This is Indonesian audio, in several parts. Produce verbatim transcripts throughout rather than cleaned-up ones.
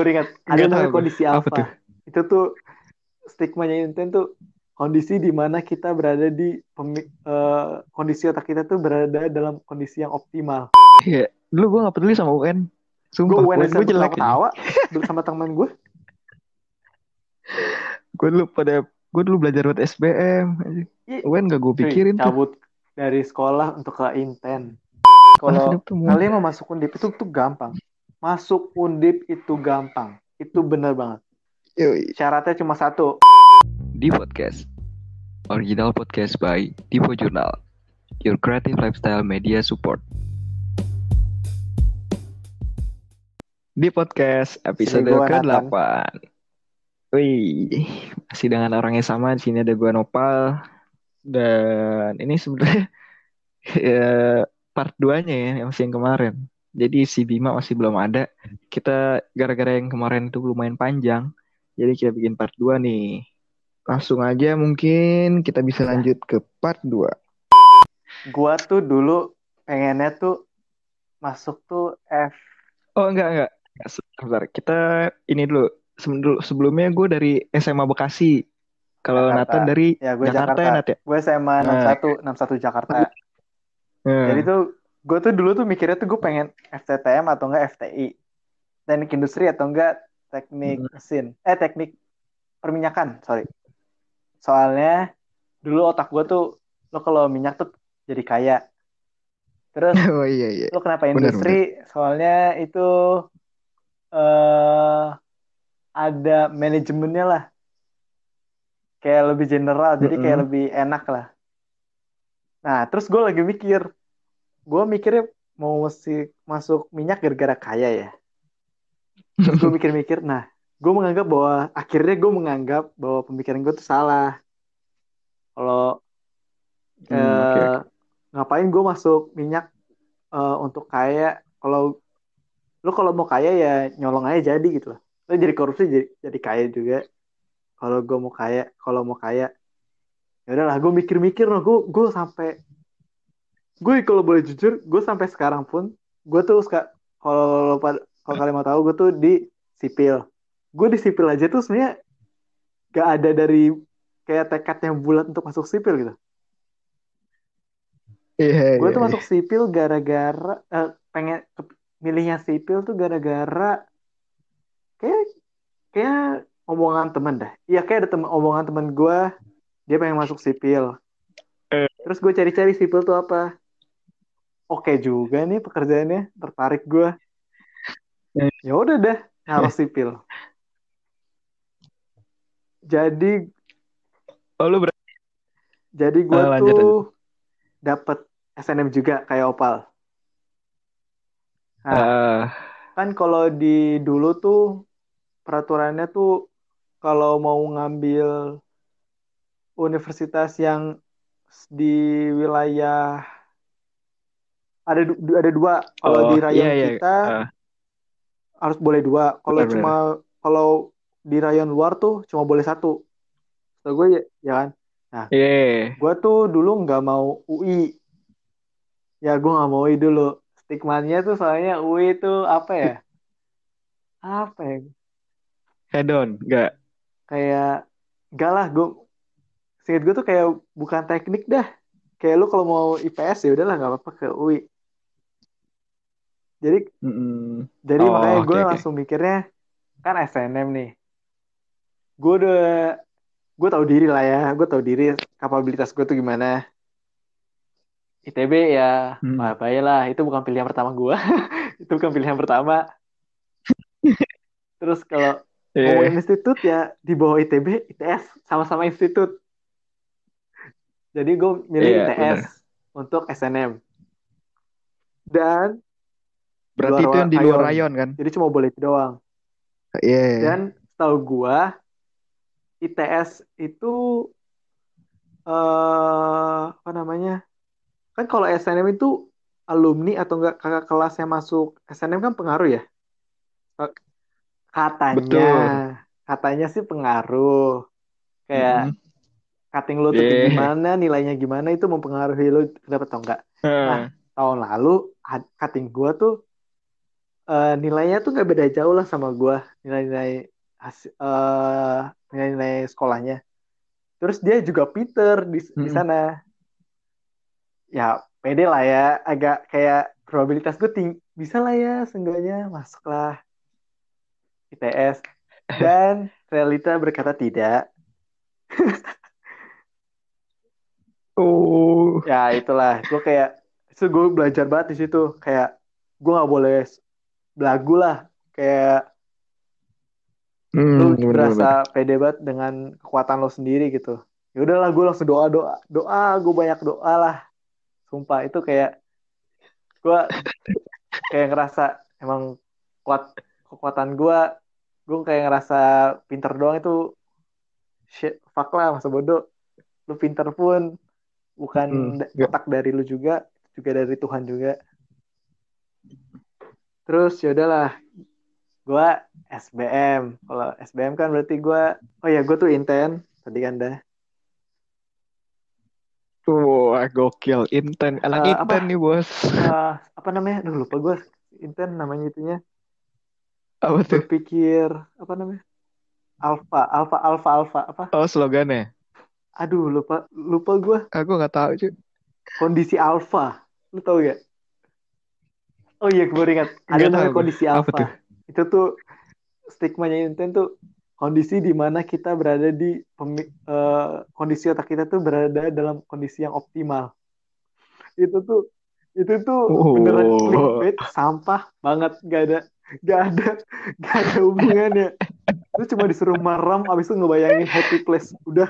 baru ingat. Ada Nggak namanya tahu gue. kondisi Apa tuh? alfa. Itu tuh stigmanya Inten tuh kondisi di mana kita berada di pemi- eh, kondisi otak kita tuh berada dalam kondisi yang optimal. Iya. Dulu gue nggak peduli sama U N. Gue Sumpah, U N U N aja gue sampai jelek aja. ketawa-ketawa bersama teman gue. Gue dulu pada gue dulu belajar buat S B M. Ih, U N gak gue cuy, pikirin tuh. cabut dari sekolah untuk ke Inten. Langsung Kalau itu kalian mudah. mau masuk Undip itu tuh gampang. Masuk Undip itu gampang. Itu bener banget. Yoi. Syaratnya cuma satu. Di podcast. Original podcast by Divo Journal. Your creative lifestyle media support. Di podcast Sini episode gue ke Nathan. delapan. Wih, masih dengan orang yang sama. Di sini ada gue Nopal. Dan ini sebenarnya ya, part dua-nya ya, yang masih yang kemarin. Jadi si Bima masih belum ada. Kita gara-gara yang kemarin itu lumayan panjang. Jadi kita bikin part dua nih. Langsung aja mungkin kita bisa Udah. lanjut ke part dua. Gue tuh dulu pengennya tuh masuk tuh F Oh enggak, enggak. Enggak, sebentar, sebentar. Kita ini dulu. Sebelum- Sebelumnya gue dari S M A Bekasi. Kalau Jakarta. Nathan dari Ya gue Jakarta Jakarta. ya Nat ya? Gue S M A Nah, enam satu Jakarta. Jadi nah. tuh gue tuh dulu tuh mikirnya tuh gue pengen F T T M atau enggak F T I. Teknik industri atau enggak teknik Mm. mesin. Eh teknik perminyakan, sorry. Soalnya dulu otak gue tuh lo kalau minyak tuh jadi kaya. Terus Oh iya, iya. lo kenapa Benar, industri? benar. Soalnya itu eh ada manajemennya lah. Kayak lebih general, jadi kayak Mm-mm. lebih enak lah. Nah, terus gue lagi mikir, gue mikirnya mau mesti masuk minyak gara-gara kaya ya. Terus gue mikir-mikir, nah, gue menganggap bahwa akhirnya gue menganggap bahwa pemikiran gue tuh salah. Kalau Hmm, oke, eh, oke. ngapain gue masuk minyak eh, untuk kaya? Kalau lu kalau mau kaya ya nyolong aja jadi gitu loh. Lu jadi korupsi jadi, jadi kaya juga. Kalau gue mau kaya, kalau mau kaya, ya udahlah. Gue mikir-mikir loh, gue gue sampai gue kalau boleh jujur, gue sampai sekarang pun gue tuh suka kalau kalau kalian mau tahu gue tuh di sipil. Gue di sipil aja tuh sebenarnya gak ada dari kayak tekad yang bulat untuk masuk sipil gitu. Iya, Gue iya, tuh iya. masuk sipil gara-gara eh, pengen ke- milihnya sipil tuh gara-gara kayak kayak omongan temen dah. Iya kayak ada temen, omongan temen gue dia pengen masuk sipil. Eh, Terus gue cari-cari sipil tuh apa. Oke juga nih pekerjaannya, tertarik gue. Ya udah deh, naruh sipil. Jadi Oh, lu berarti jadi gue ah, tuh lanjut aja. dapet S N M juga kayak Opal. Nah, Ah, kan kalau di dulu tuh peraturannya tuh kalau mau ngambil universitas yang di wilayah ada du- ada dua. Kalau oh di iya, rayon iya. kita Ah, harus boleh dua. Kalau cuma benar-benar. kalau di rayon luar tuh cuma boleh satu. So gue ya, ya kan. Nah, Iya. gue tuh dulu nggak mau U I. Ya gue nggak mau U I dulu. Stigmanya tuh soalnya U I itu apa ya? Apa ya? Head on, enggak. Kayak gak lah gue singkat gue tuh kayak bukan teknik dah. Kayak lu kalau mau I P S ya udahlah nggak apa-apa ke U I. Jadi Mm-mm. jadi makanya Oh, gue oke, oke. langsung mikirnya kan S N M nih. Gue udah gue tahu diri lah ya. Gue tahu diri kapabilitas gue tuh gimana. I T B ya, Hmm. apa lah itu bukan pilihan pertama gue. Itu bukan pilihan pertama. Terus kalau ngomongin Iya, institut ya di bawah I T B, I T S sama-sama institut. Jadi gue milih iya, I T S benar. untuk S N M dan di Berarti luar itu yang di luar rayon. rayon kan? Jadi cuma boleh itu doang. Iya. Dan setahu gua I T S itu eh apa namanya? Kan kalau S N M itu alumni atau enggak kakak kelas yang masuk S N M kan pengaruh ya? Eh, Katanya, Betul. katanya sih pengaruh. Kayak Mm-mm. cutting lu tuh kayak Iya. gimana, nilainya gimana itu mempengaruhi lu dapat atau enggak. Nah, Heeh. tahun lalu had- cutting gua tuh eh, nilainya tuh nggak beda jauh lah sama gue, nilai-nilai hasil, eh, nilai-nilai sekolahnya. Terus dia juga pinter di di Mm-mm. sana. Ya pede lah ya, agak kayak probabilitas gue tinggi, bisa lah ya, seenggaknya masuklah I T S. Dan realita berkata tidak. Oh, Ya itulah, gue kayak itu gue belajar banget di situ, kayak gue nggak boleh belagu lah, kayak lu hmm, berasa bener-bener. pede banget dengan kekuatan lo sendiri gitu. Ya udahlah, gue langsung doa doa doa, gue banyak doa lah, sumpah itu kayak gue kayak ngerasa emang kuat, kekuatan gue gue kayak ngerasa pinter doang itu, shit, fuck lah, masa bodoh, lu pinter pun bukan Hmm, da- nggak. otak dari lu juga, juga dari Tuhan juga. Terus ya udahlah, gue S B M. Kalau S B M kan berarti gue, oh ya gue tuh inten tadi kan dah. Wah, gokil. Inten. Anak Eh, Inten apa nih, bos. eh, apa namanya? Duh, lupa gue. Inten namanya itunya. Apa tuh? Berpikir apa namanya? Alpha, alpha, alpha, alpha apa? Oh, slogannya. Aduh, lupa, lupa gue. Aku nggak tahu, cuy. Kondisi alpha, lu tau gak? Oh iya, gue ingat. Ada Nggak tahu namanya gue. kondisi Apa alpha. tuh? Itu tuh stigmanya Inten tuh kondisi di mana kita berada di pemi- eh, kondisi otak kita tuh berada dalam kondisi yang optimal. Itu tuh itu tuh beneran Oh, clickbait sampah banget, gak ada gak ada gak ada hubungannya. Lu cuma disuruh merem abis itu ngebayangin happy place, udah.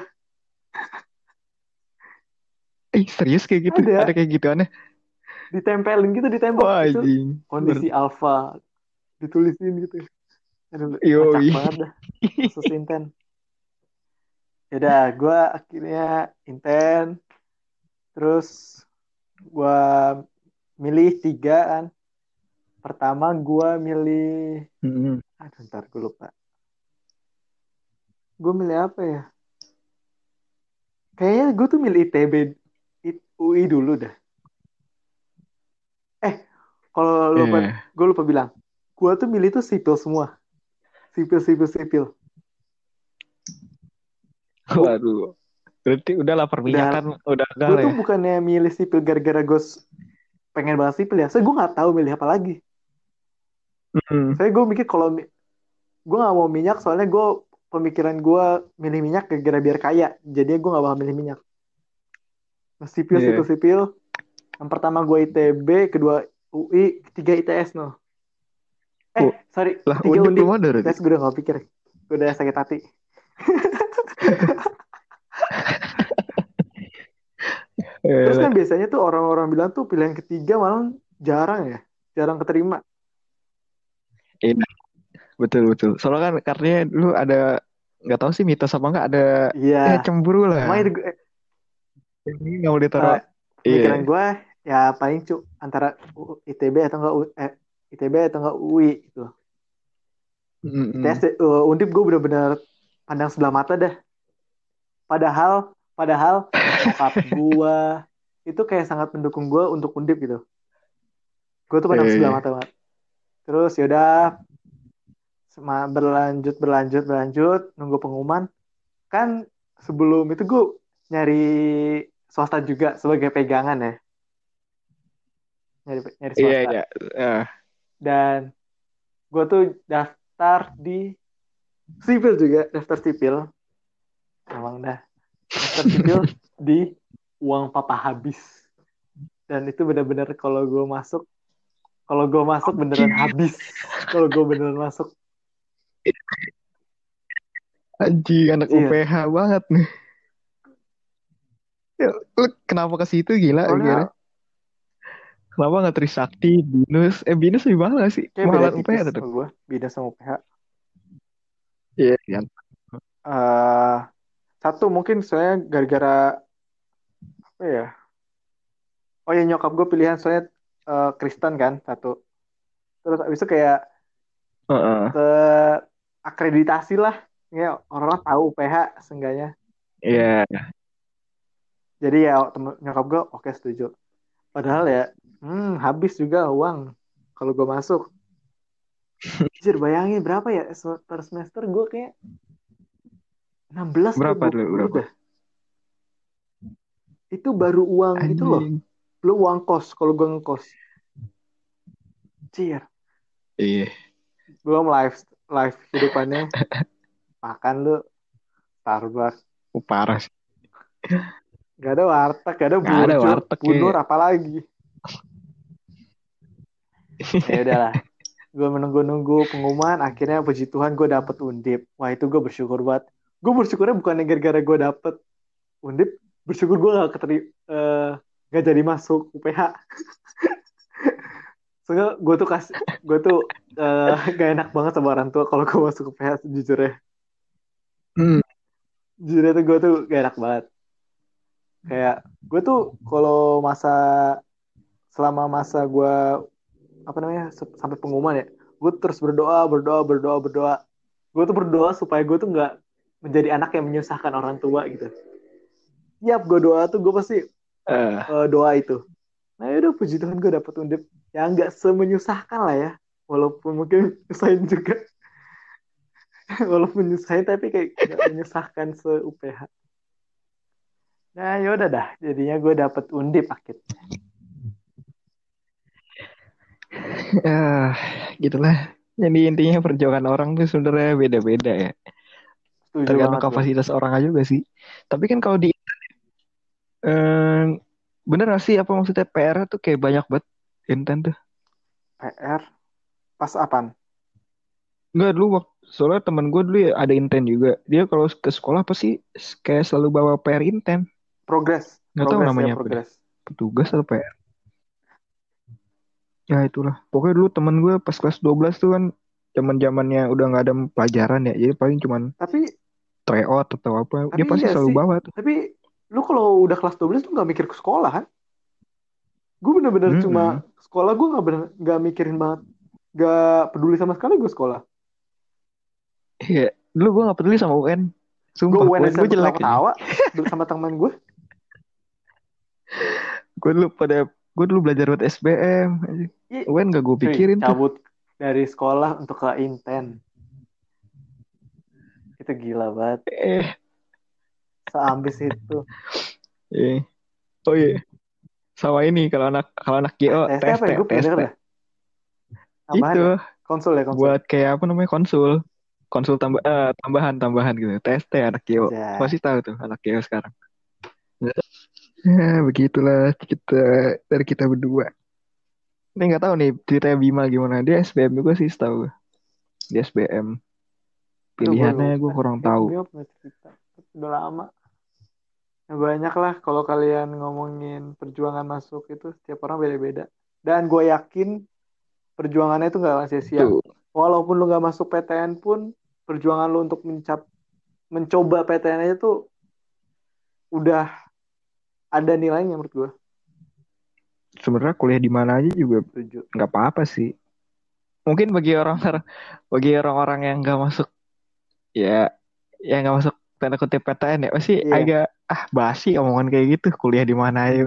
eh serius kayak gitu? Ada Ada kayak gitu aneh? ditempelin gitu di tembok Wah, itu, anjing. kondisi Ber- alpha ditulisin gitu. Aduh, kocak Yoi. banget dah khusus Inten. Yaudah, gue akhirnya Inten, terus gue milih tiga kan. Pertama gue milih, Mm-mm. aduh ntar gue lupa, gue milih apa ya, kayaknya gue tuh milih I T B, I- U I dulu dah. Eh, kalau lupa, Iya. gue lupa bilang, gue tuh milih tuh sipil semua, sipil sipil sipil. Gue Waduh. Berarti udah lapar minyak udah, kan? Udah enggak gue lah tuh ya? bukannya milih sipil gara-gara gue s- pengen banget sipil ya, saya gue nggak tahu milih apa lagi. Mm. Saya gue mikir kalau mi- gue nggak mau minyak, soalnya gue pemikiran gue milih minyak gara-gara biar kaya, jadi gue nggak bakal milih minyak. Nah, sipil sipil Iya. sipil, yang pertama gue I T B, kedua U I, ketiga I T S no. Eh, Oh, sorry, lah ketiga Undip Undip. belum ada berarti? I T S gue udah gak pikir. Gue udah sakit hati. Terus Eh, kan biasanya tuh orang-orang bilang tuh pilihan ketiga malah jarang ya. Jarang keterima. Iya, betul betul. Soalnya kan karena dulu ada nggak tahu sih mitos apa nggak ada Iya. ya cemburu lah. Makanya itu gue- eh, Ini nggak boleh taruh. eh, Iya. pemikiran gue ya paling cu antara U- I T B atau enggak U- eh, I T B atau enggak U I gitu. I T S Mm-mm. uh, Undip gue bener-bener pandang sebelah mata dah. Padahal padahal nyokap gue itu kayak sangat mendukung gue untuk Undip gitu. Gue tuh pandang sebelah Eh, mata banget. Terus yaudah, Sema- berlanjut berlanjut berlanjut nunggu pengumuman kan. Sebelum itu gue nyari swasta juga sebagai pegangan ya, nyari nyari iya swasta. iya. Eh, Dan gue tuh daftar di sipil juga, daftar sipil emang dah, daftar sipil di uang papa habis. Dan itu benar-benar kalau gue masuk, kalau gue masuk beneran habis, kalau gue beneran masuk. anjing anak Iya, U P H banget nih. Ya, lu kenapa ke situ gila gila? soalnya Kenapa nggak Trisakti, Binus? Eh Binus lebih mahal nggak sih? kayak beda Mahalan U P H tipis tetap. sama gue, beda sama U P H. Iya, iya. eh Satu mungkin saya gara-gara apa ya? Oh ya, nyokap gue pilihan soalnya eh, Kristen kan satu. Terus abis itu kayak Heeh. ke akreditasi lah. Ya orang-orang tahu U P H seenggaknya. Iya. Jadi ya temen, nyokap gue oke setuju. Padahal ya, hmm, habis juga uang kalau gue masuk. Jujur bayangin berapa ya per semester gue kayak enam belas atau Berapa dua dulu? puluh Berapa? dah. Itu baru uang itu loh. Anjing. Belum uang kos kalau gue ngekos. Cier. Iya. Belum live live kehidupannya. Makan lu Starbucks. Oh, parah sih. Gak ada warteg, gak ada Nggak ada burjo, warteg bunur ya. apalagi. Ya udahlah. Gue menunggu-nunggu pengumuman, akhirnya puji Tuhan gue dapet Undip. Wah itu gue bersyukur banget. Gue bersyukurnya bukan gara-gara gue dapet Undip, bersyukur gue gak keteri, eh, gak jadi masuk U P H. Soalnya gue tuh kasih, gue tuh eh, gak enak banget sama orang tua kalau gue masuk U P H jujurnya. Hmm. Jujurnya tuh gue tuh gak enak banget. Kayak gue tuh kalau masa selama masa gue apa namanya sampai pengumuman ya, gue terus berdoa, berdoa, berdoa, berdoa. Gue tuh berdoa supaya gue tuh nggak menjadi anak yang menyusahkan orang tua gitu. Tiap gue doa tuh gue pasti Eh, uh, doa itu. Nah udah puji Tuhan gue dapet undip yang nggak semenyusahkan lah ya. Walaupun mungkin nyusahin juga. Walaupun nyusahin tapi kayak nggak menyusahkan se U P H. Nah yaudah dah. Jadinya gue dapet undip akhirnya. ya, gitulah. Jadi intinya perjuangan orang tuh sebenarnya beda-beda ya. Setuju Tergantung banget gue. kapasitas orang juga sih. Tapi kan kalau di eh, bener gak sih apa maksudnya P R tuh kayak banyak banget intent tuh. P R pas apaan? Enggak dulu waktu soalnya temen gue dulu ya ada intent juga. Dia kalau ke sekolah pasti kayak selalu bawa P R intent. Progres. Nggak tahu Progres ya namanya apa deh. progres. Petugas atau P R. Ya itulah. Pokoknya dulu temen gue pas kelas dua belas tuh kan zaman zamannya udah nggak ada pelajaran ya. Jadi paling cuman Tapi tryout atau apa. tapi Dia pasti iya selalu sih. bawa tuh. Tapi lu kalau udah kelas dua belas tuh nggak mikir ke sekolah kan? Gue bener-bener cuma Mm-mm. sekolah gue nggak bener nggak mikirin banget, nggak peduli sama sekali gue sekolah. Iya. Dulu gue nggak peduli sama U N. Gue Sumpah U N U N aja gue gue jelek aja. ketawa-ketawa bersama teman gue. Gue dulu pada gue dulu belajar buat S B M. Ih, U N gak gue cuy, pikirin tuh. cabut dari sekolah untuk ke Inten. Itu gila banget. Eh, Seambis itu. eh. Oh iya. Sama ini kalau anak kalau anak G O T S T T S apa T ya? Gue T S pindah T dah. Tambahan itu ya? Konsul ya konsul. buat kayak apa namanya konsul konsul tambah eh, tambahan tambahan gitu. T S T anak G O Aja. pasti tahu tuh anak G O sekarang. Ya, begitulah kita dari kita berdua. Ini nggak tahu nih ceritanya Bima gimana. Dia S B M juga sih tahu. Dia S B M. Aduh gue Pilihannya gue lupa sih. kurang Kayak tahu. Bimo pernah cerita. Udah lama. Ya, banyak lah kalau kalian ngomongin perjuangan masuk itu setiap orang beda-beda. Dan gue yakin perjuangannya itu nggak akan sia-sia. Tuh, Walaupun lu nggak masuk P T N pun, perjuangan lu untuk mencap mencoba P T N aja tuh udah ada nilainya menurut gue. sebenarnya kuliah di mana aja juga Setuju. nggak apa-apa sih. Mungkin bagi orang bagi orang-orang yang nggak masuk ya yang nggak masuk tanda kutip P T N ya pasti Iya. agak ah basi omongan kayak gitu kuliah di mana aja.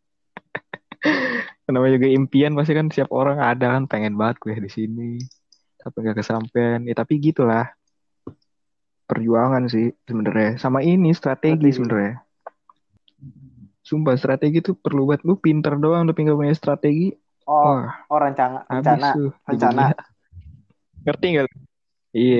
Namanya juga impian pasti kan siap orang ada kan pengen banget kuliah di sini tapi nggak kesampaian ya tapi gitulah perjuangan sih sebenarnya sama ini strategi Strategi. sebenarnya sumpah strategi tuh perlu buat lu pinter doang lu tinggal punya strategi Oh, wah oh rencana, habis rencana, tuh di rencana. dunia ngerti nggak lu? Iya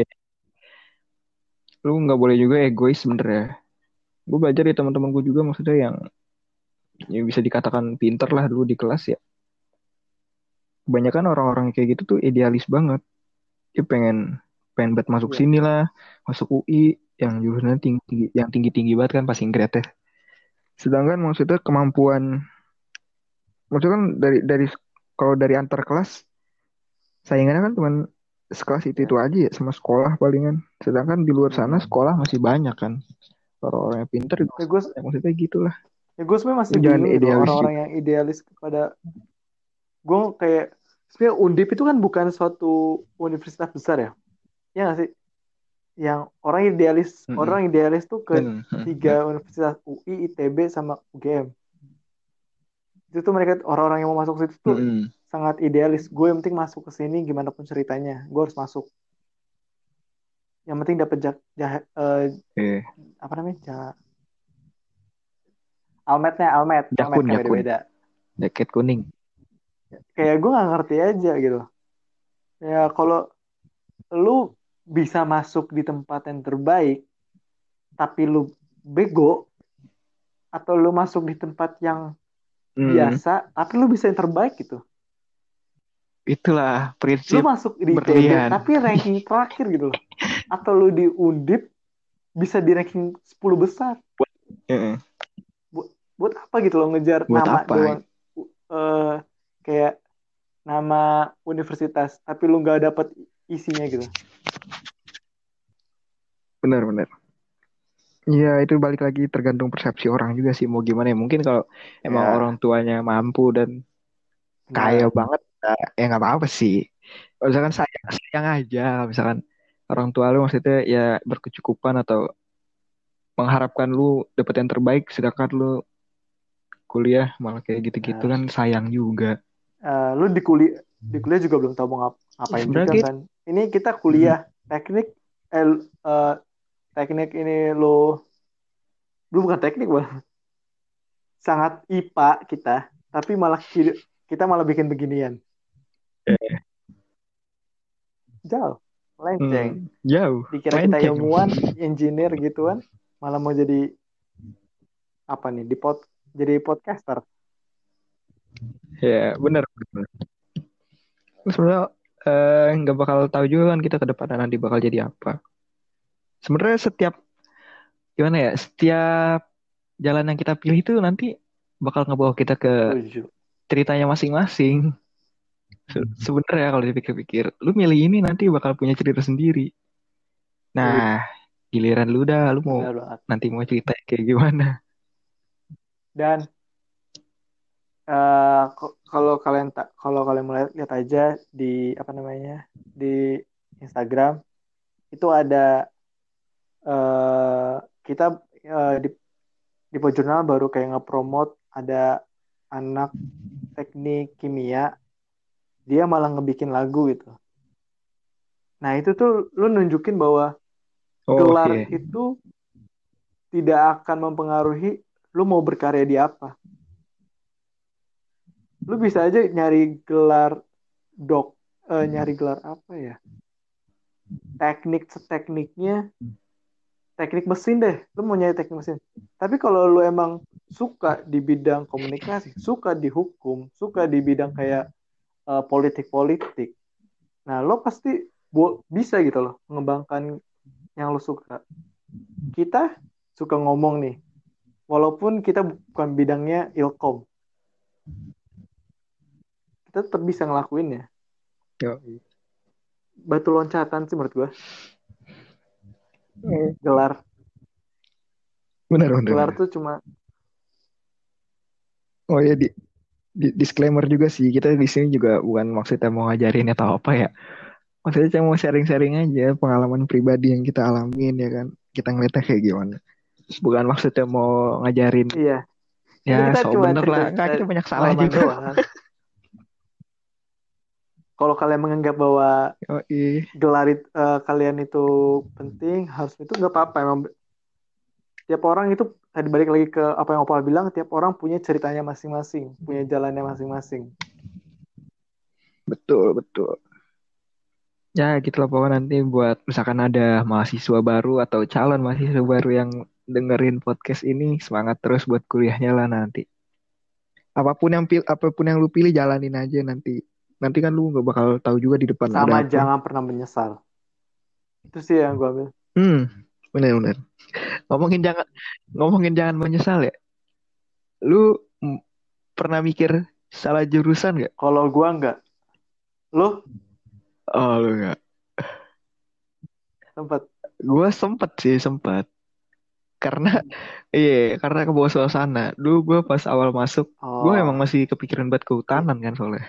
lu nggak boleh juga egois sebenarnya gue belajar ya teman-teman gue juga maksudnya yang yang bisa dikatakan pinter lah dulu di kelas ya kebanyakan orang-orang kayak gitu tuh idealis banget dia pengen pengen banget masuk Iya. sini lah masuk U I yang jurusannya tinggi, tinggi yang tinggi tinggi banget kan pas Inggris ya sedangkan maksudnya kemampuan maksudnya kan dari dari kalau dari antar kelas saingannya kan cuma sekelas itu Ya. itu aja ya sama sekolah palingan sedangkan di luar sana Hmm. sekolah masih banyak kan orang-orang yang pinter juga Ya gue, ya, maksudnya gitulah ya gue sebenarnya lu masih jangan bingung gitu loh, idealis orang-orang juga yang idealis kepada gue kayak sebenarnya Undip itu kan bukan suatu universitas besar ya, ya nggak sih? Yang orang idealis, orang Mm-mm. idealis tuh ke Dan tiga universitas U I, I T B sama U G M. Itu tuh mereka orang-orang yang mau masuk situ tuh mm-mm. sangat idealis. Gue yang penting masuk ke sini gimana pun ceritanya, gue harus masuk. Yang penting dapat jak, jah- eh, Eh, apa namanya? Ja- almetnya, almet, almet Jakun, kan Jakun. beda-beda. Jaket kuning. Kayak gue nggak ngerti aja gitu. Ya kalau lu bisa masuk di tempat yang terbaik, tapi lu bego, atau lu masuk di tempat yang Hmm, biasa, tapi lu bisa yang terbaik gitu. itulah Lu prinsip masuk di I T B, berlian. tapi ranking terakhir gitu loh. Atau lu di Undip, bisa di ranking sepuluh besar. Heeh. buat buat apa gitu loh ngejar Buat nama apa? doang. Eh kayak nama universitas tapi lu nggak dapet isinya gitu. Benar-benar. Iya, itu balik lagi tergantung persepsi orang juga sih. Mau gimana ya? Mungkin kalau emang orang Ya tuanya mampu dan kaya benar. banget, ya ya nggak apa-apa sih. Kalau misalkan sayang, sayang aja. Kalau misalkan orang tua lu maksudnya ya berkecukupan atau mengharapkan lu dapet yang terbaik, sedangkan lu kuliah malah kayak gitu-gitu Benar. kan sayang juga. Eh, lu di kuliah di kuliah juga belum tahu mau ngap- ngapain Sebenarnya juga kayak kan. Ini kita mm, kuliah teknik, eh, eh, teknik ini lo lu bukan teknik bang, sangat I P A kita, tapi malah ki- kita malah bikin beginian. eh, Jauh, melenceng. mm, jauh, Dikira kita melenceng. ilmuwan, engineer gituan, malah mau jadi apa nih di pod jadi podcaster. Ya benar. Benar. Sebenarnya eh, nggak bakal tahu juga kan kita ke depannya nanti bakal jadi apa. Sebenarnya setiap gimana ya, setiap jalan yang kita pilih itu nanti bakal ngebawa kita ke Setuju. ceritanya masing-masing. Se- Sebenarnya kalau dipikir-pikir, lu milih ini nanti bakal punya cerita sendiri. Wih, Nah, giliran lu dah, lu mau benar banget. nanti mau cerita kayak gimana? Dan eh, k- kalau kalian tak kalau kalian mulai lihat aja di apa namanya di Instagram itu ada eh, kita eh, di di Pojurnal baru kayak nge-promote ada anak teknik kimia, dia malah ngebikin lagu gitu. Nah itu tuh lu nunjukin bahwa Oh gelar iya, itu tidak akan mempengaruhi lu mau berkarya di apa. Lu bisa aja nyari gelar dok, eh, nyari gelar apa ya? Teknik setekniknya, teknik mesin deh. Lu mau nyari teknik mesin. Tapi kalau lu emang suka di bidang komunikasi, suka di hukum, suka di bidang kayak eh, politik-politik, nah lo pasti bo- bisa gitu loh mengembangkan yang lo suka. Kita suka ngomong nih, walaupun kita bukan bidangnya ilkom, kita tetap bisa ngelakuinnya. yo, Batu loncatan sih menurut gue. benar Gelar, benar benar. gelar Benar. tuh cuma Oh ya di, di- disclaimer juga sih, kita di sini juga bukan maksudnya mau ngajarin atau apa ya. Maksudnya cuma mau sharing-sharing aja pengalaman pribadi yang kita alamin ya kan. Kita ngeliatnya kayak gimana. Bukan maksudnya mau ngajarin iya. ya Ini kita so cuma bener lah. Enggak, cerita-cerita kita banyak salah pengalaman juga. doang. Kalau kalian menganggap bahwa Oh iya, gelar it- eh, kalian itu penting, harus itu nggak apa-apa. Emang tiap orang itu tadi balik lagi ke apa yang Opal bilang, tiap orang punya ceritanya masing-masing, punya jalannya masing-masing. betul betul. Ya gitu lah pokoknya nanti buat misalkan ada mahasiswa baru atau calon mahasiswa baru yang dengerin podcast ini semangat terus buat kuliahnya lah nanti. Apapun yang pil apapun yang lu pilih jalanin aja nanti. Nanti kan lu nggak bakal tahu juga di depan ada Sama apa. jangan pernah menyesal. Itu sih yang gue ambil. Hmm, benar-benar. Ngomongin jangan ngomongin jangan menyesal ya. Lu mm, pernah mikir salah jurusan nggak? Kalau gue nggak, lo Oh lu nggak. sempat. Gue sempet sih sempet. Karena iya karena ke bawah suasana. Dulu gue pas awal masuk gue emang Oh, masih kepikiran buat i- kehutanan kan soalnya.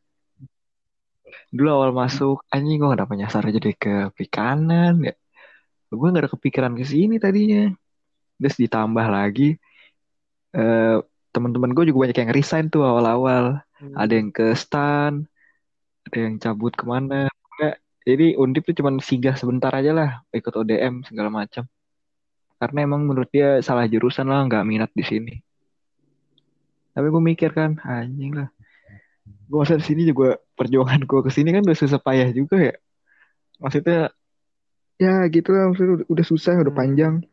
Dulu awal masuk anjing gue kenapa nyasar jadi ke perikanan ya. Gue gak ada kepikiran ke sini tadinya. Terus ditambah lagi eh, teman-teman gue juga banyak yang resign tuh awal-awal. ada Hmm. yang ke stan, ada yang cabut kemana. Pokoknya, jadi Undip tuh cuma singgah sebentar aja lah, ikut O D M segala macam. Karena emang menurut dia salah jurusan lah, nggak minat di sini. Tapi gue mikir kan, anjing lah. Gue masa di sini juga perjuangan gue ke sini kan udah susah payah juga ya. Maksudnya ya gitu lah, maksudnya udah, udah susah, udah panjang. Hmm.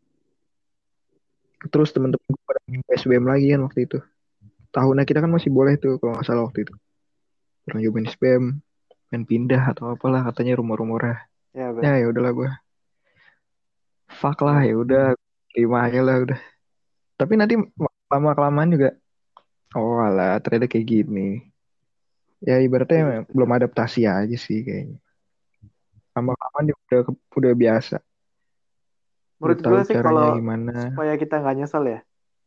Terus teman-teman gue pada S B M lagi kan waktu itu. Tahunnya kita kan masih boleh tuh kalau nggak salah waktu itu. Orang nyobain S B M, main pindah atau apalah katanya rumor-rumornya. Ya Ya benar. ya udahlah gue. Fuck lah Ya. ya udah terima aja lah udah. Tapi nanti lama kelamaan juga oh alah ternyata kayak gini. Ya ibaratnya Setuju, emang setuju. belum adaptasi aja sih kayaknya. Lama kelamaan juga udah udah biasa. Udah Menurut tahu gue sih caranya kalau gimana. supaya kita nggak nyesel ya.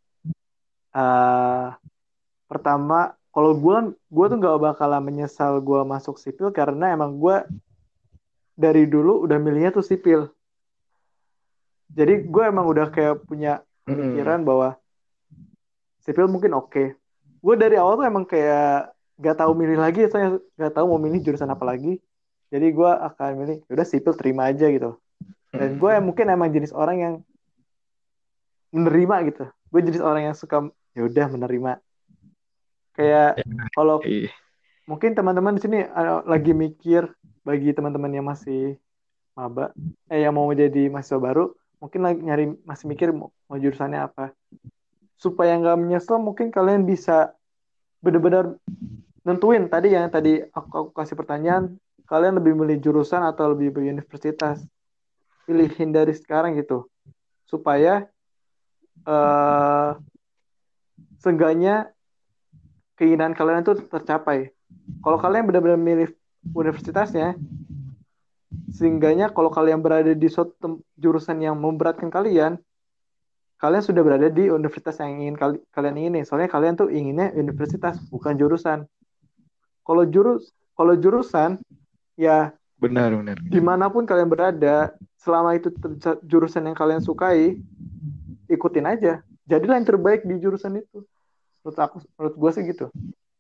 eh pertama, kalau gue gue tuh nggak bakalan menyesal gue masuk sipil karena emang gue dari dulu udah milihnya tuh sipil. Jadi gue emang udah kayak punya Mm-mm. pemikiran bahwa sipil mungkin oke. Gue dari awal tuh emang kayak gak tahu milih lagi, saya gak tahu mau milih jurusan apa lagi. Jadi gue akan milih, udah sipil terima aja gitu. Dan gue mungkin emang jenis orang yang menerima gitu. Gue jenis orang yang suka ya udah menerima. Kayak kalau Iya. mungkin teman-teman di sini uh, lagi mikir bagi teman-teman yang masih maba, eh yang mau jadi mahasiswa baru, mungkin lagi nyari masih mikir mau, mau jurusannya apa. Supaya nggak menyesal, mungkin kalian bisa benar-benar nentuin tadi yang tadi aku, aku kasih pertanyaan, kalian lebih milih jurusan atau lebih milih universitas. Pilihin dari sekarang gitu. Supaya uh, seenggaknya keinginan kalian itu tercapai. Kalau kalian benar-benar milih universitasnya, seenggaknya kalau kalian berada di suatu tem- jurusan yang memberatkan kalian, kalian sudah berada di universitas yang ingin kali- kalian ingini. Soalnya kalian tuh inginnya universitas, bukan jurusan. Kalau jurus, kalau jurusan, ya Benar benar. dimanapun kalian berada, selama itu ter- jurusan yang kalian sukai, ikutin aja. Jadilah yang terbaik di jurusan itu. Menurut aku, menurut gue sih gitu.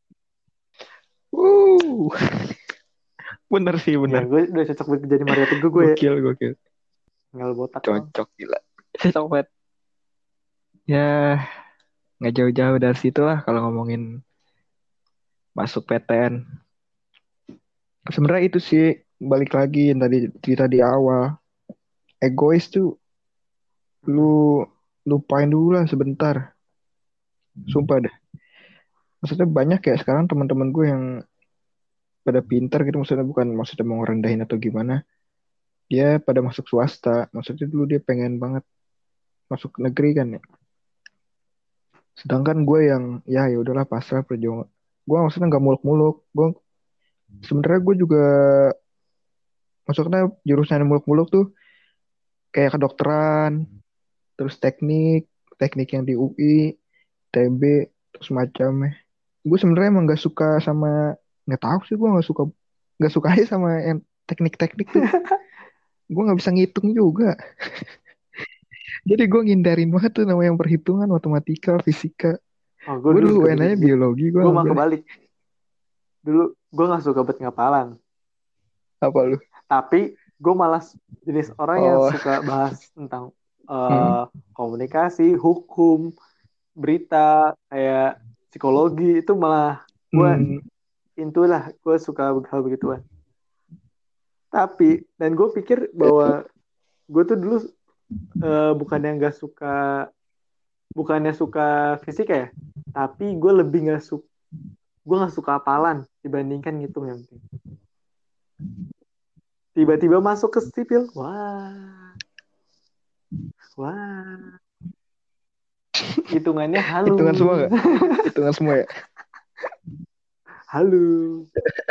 Uh, bener sih Ya, bener. gue udah cocok banget jadi Mario Teguh gue ya. Gokil gokil. Tinggal botak doang. Cocok gila. Cocok banget. Ya nggak jauh-jauh dari situ lah kalau ngomongin masuk P T N. Sebenarnya itu sih balik lagi yang tadi cerita di awal. Egois tuh lu Mm-mm. lupain dulu lah sebentar. Sumpah dah. Maksudnya banyak ya sekarang teman-teman gue yang pada pintar gitu. Maksudnya bukan maksudnya mau ngerendahin atau gimana. Dia pada masuk swasta. Maksudnya dulu dia pengen banget masuk negeri kan ya. Sedangkan gue yang ya ya udahlah pasrah perjuangan. Gue maksudnya nggak muluk-muluk. Gue sebenarnya gue juga maksudnya jurusan yang muluk-muluk tuh kayak kedokteran, terus teknik, teknik yang di U I, T B, terus macamnya. Gue sebenarnya emang nggak suka sama nggak tahu sih gue nggak suka nggak suka aja sama yang teknik-teknik tuh. Gue nggak bisa ngitung juga. Jadi gue ngindarin banget tuh nama yang perhitungan, matematika, fisika. Oh, gue Gue dulu dulu suka U N aja dikit-dikit. biologi gue Gue malah ngambil kebalik. Dulu gue gak suka buat ngapalan. apa lu? Tapi gue malah jenis orang yang Oh, suka bahas tentang hmm, uh, komunikasi, hukum, berita, kayak psikologi. Itu malah gue hmm, intulah. Gue suka hal begituan. Tapi, dan gue pikir bahwa gue tuh dulu uh, bukannya nggak suka, bukannya suka fisika ya. Tapi gue lebih nggak suka, gue nggak suka hafalan dibandingkan ngitung yang penting. Tiba-tiba masuk ke sipil, wah, wah, hitungannya hitungan semua halus, gak? Hitungan semua ya? halus.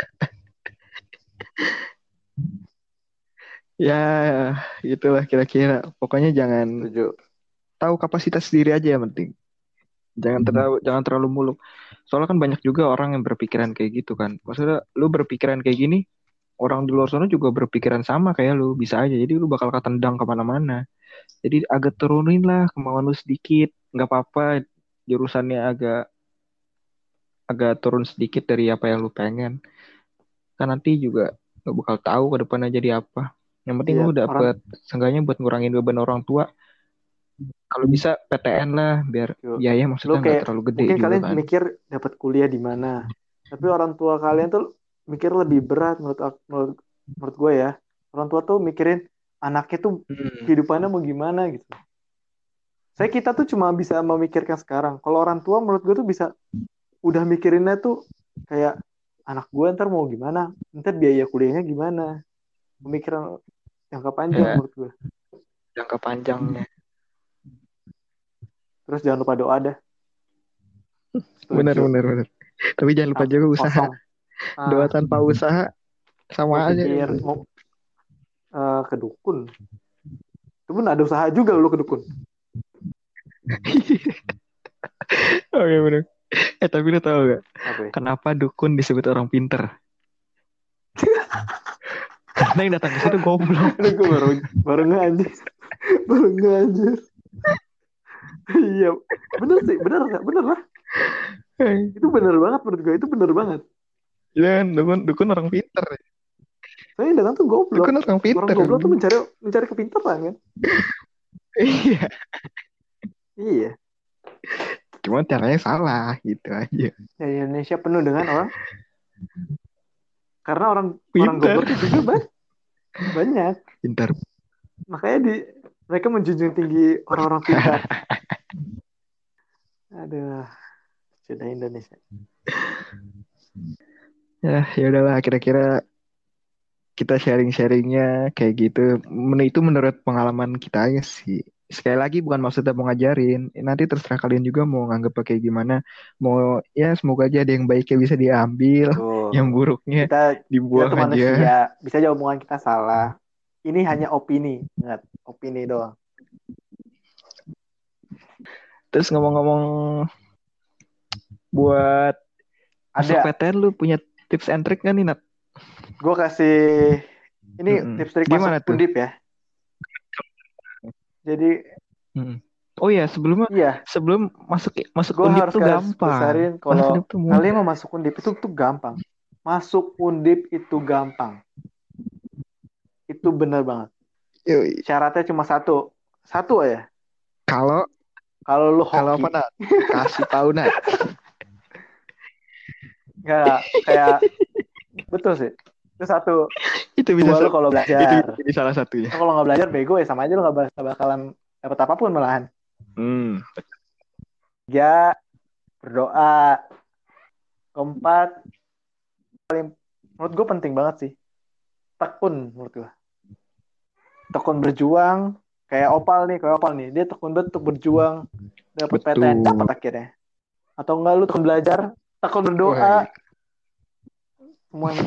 Ya, itulah kira-kira. Pokoknya jangan Setuju. tahu kapasitas diri aja yang penting. Jangan terlalu jangan terlalu muluk. Soalnya kan banyak juga orang yang berpikiran kayak gitu kan. Maksudnya lu berpikiran kayak gini, orang di luar sana juga berpikiran sama kayak lu, bisa aja. Jadi lu bakal ketendang kemana-mana. Jadi agak turunin lah kemauan lu sedikit. Nggak apa-apa jurusannya agak agak turun sedikit dari apa yang lu pengen. Kan nanti juga gak bakal tahu ke depannya jadi apa. Yang penting Iya, lu orang dapet seenggaknya buat ngurangin beban orang tua. Kalau bisa P T N lah biar Yo, biaya lo maksudnya nggak kayak terlalu gede mungkin juga kalian kan. mikir dapat kuliah di mana, tapi orang tua kalian tuh mikir lebih berat menurut ak- menurut, menurut gue ya. Orang tua tuh mikirin anaknya tuh Hmm. kehidupannya mau gimana gitu. Saya kita tuh cuma bisa memikirkan sekarang. Kalau orang tua menurut gue tuh bisa udah mikirinnya tuh kayak anak gue ntar mau gimana, ntar biaya kuliahnya gimana, pemikiran jangka panjang Ya, menurut gue. jangka panjangnya. Terus jangan lupa doa dah. Benar, Setuju. benar, benar. Tapi jangan lupa Sam- juga usaha. Kosong. Doa Ah, tanpa usaha gue sama aja. pikir mau eh, ke dukun. Itu pun ada usaha juga lu ke dukun. Oke, benar. Eh, tapi lu tahu gak Apa ya? kenapa dukun disebut orang pinter? Karena yang datang ke situ goblok. Aduh, gue baru baru nggak anjir. Baru nggak anjir. Iya, bener sih, bener nggak? Bener lah. Itu bener banget menurut gue. Itu bener banget. Iya kan, dukun, dukun orang pinter. Soalnya yang datang tuh goblok. Dukun orang Orang pinter. goblok tuh mencari mencari kepintaran kan? Iya. Iya. Cuma caranya salah gitu aja. Ya, Indonesia penuh dengan orang karena orang orang Pinter. goblok itu juga ba- banyak. Pinter. Makanya di mereka menjunjung tinggi orang-orang pintar. Aduh, sudah Indonesia. Ya, ya udahlah kira-kira kita sharing-sharingnya kayak gitu. Men- Itu menurut pengalaman kita aja sih. Sekali lagi bukan maksudnya mau ngajarin. Nanti terserah kalian juga mau nganggap kayak gimana. Mau ya semoga aja ada yang baiknya bisa diambil, yang Tuh. buruknya Kita kita dibuang tuh aja. manusia. Bisa aja omongan kita salah. Ini hanya opini, ingat, opini doang. Terus ngomong-ngomong buat masuk Ada, P T N lu punya tips and trick gak nih, Nat? gue kasih ini Mm-mm. tips trik masuk Gimana tuh? Undip ya. Jadi Mm-mm. Oh ya, sebelum iya, sebelum masuk masuk gue Undip harus tuh garis gampang. besarin Masuk kalau Undip tuh kalian mudah. mau masuk Undip itu tuh gampang. Masuk Undip itu gampang. Itu bener banget. Yoi. Syaratnya cuma satu. Satu aja. Kalau Kalau lu kalau apa hoki. Nat? Kasih tahu Nat. Nggak, kayak betul sih. Itu satu. Itu bisa Dua lu sa- kalau itu belajar. jadi salah satunya. Lu kalau nggak belajar bego ya sama aja lu nggak bak- nggak bakalan dapat apapun malahan. Hmm. Tiga, berdoa. Keempat, paling menurut gue penting banget sih. Tekun menurut gue. Tekun berjuang. Kayak Opal nih, kayak Opal nih. Dia tekun banget untuk berjuang. Dapat P T N, Betul. dapat akhirnya. Atau enggak lu tekun belajar, tekun berdoa. Wah. Semuanya.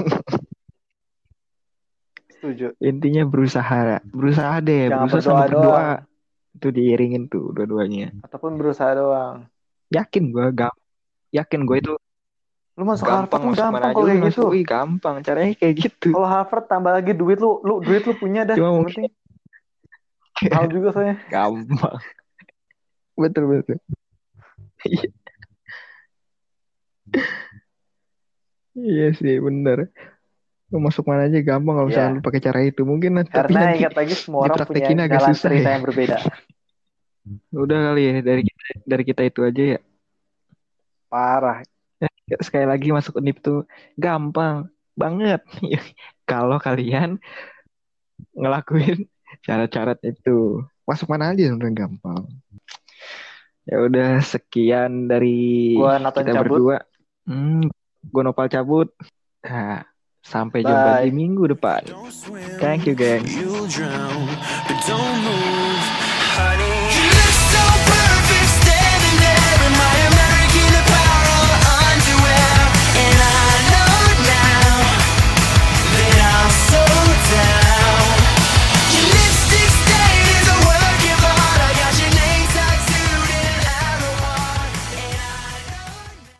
Setuju. Intinya berusaha, berusaha deh, Jangan berusaha berdoa sama berdoa. doang. Itu diiringin tuh dua-duanya. Ataupun berusaha doang. Yakin gue, gak yakin gue itu Lu masuk Harvard gampang tuh masuk mana gampang aja kalau lu kayak gitu. masuk, wih gampang caranya kayak gitu. Kalau Harvard tambah lagi duit lu, lu duit lu punya dah. Cuma Yang mungkin penting. Mahal juga soalnya. gampang. Betul betul. Iya sih bener. Lu masuk mana aja gampang kalau misalnya Ya. lu pakai cara itu. Mungkin nanti, tapi Karena nanti ingat lagi semua orang punya dipraktekin agak jalan susah cerita ya. yang berbeda. Udah kali ya dari kita, dari kita itu aja ya. Parah. Ya, sekali lagi masuk univ tuh gampang banget. Kalau kalian ngelakuin syarat-syarat itu. Masuk mana aja sebenarnya gampang. Ya udah sekian dari Gua Nathan kita cabut. berdua. Hmm, gue Nopal cabut. Nah, sampai jumpa di Bye. minggu depan. Thank you, geng. You'll drown.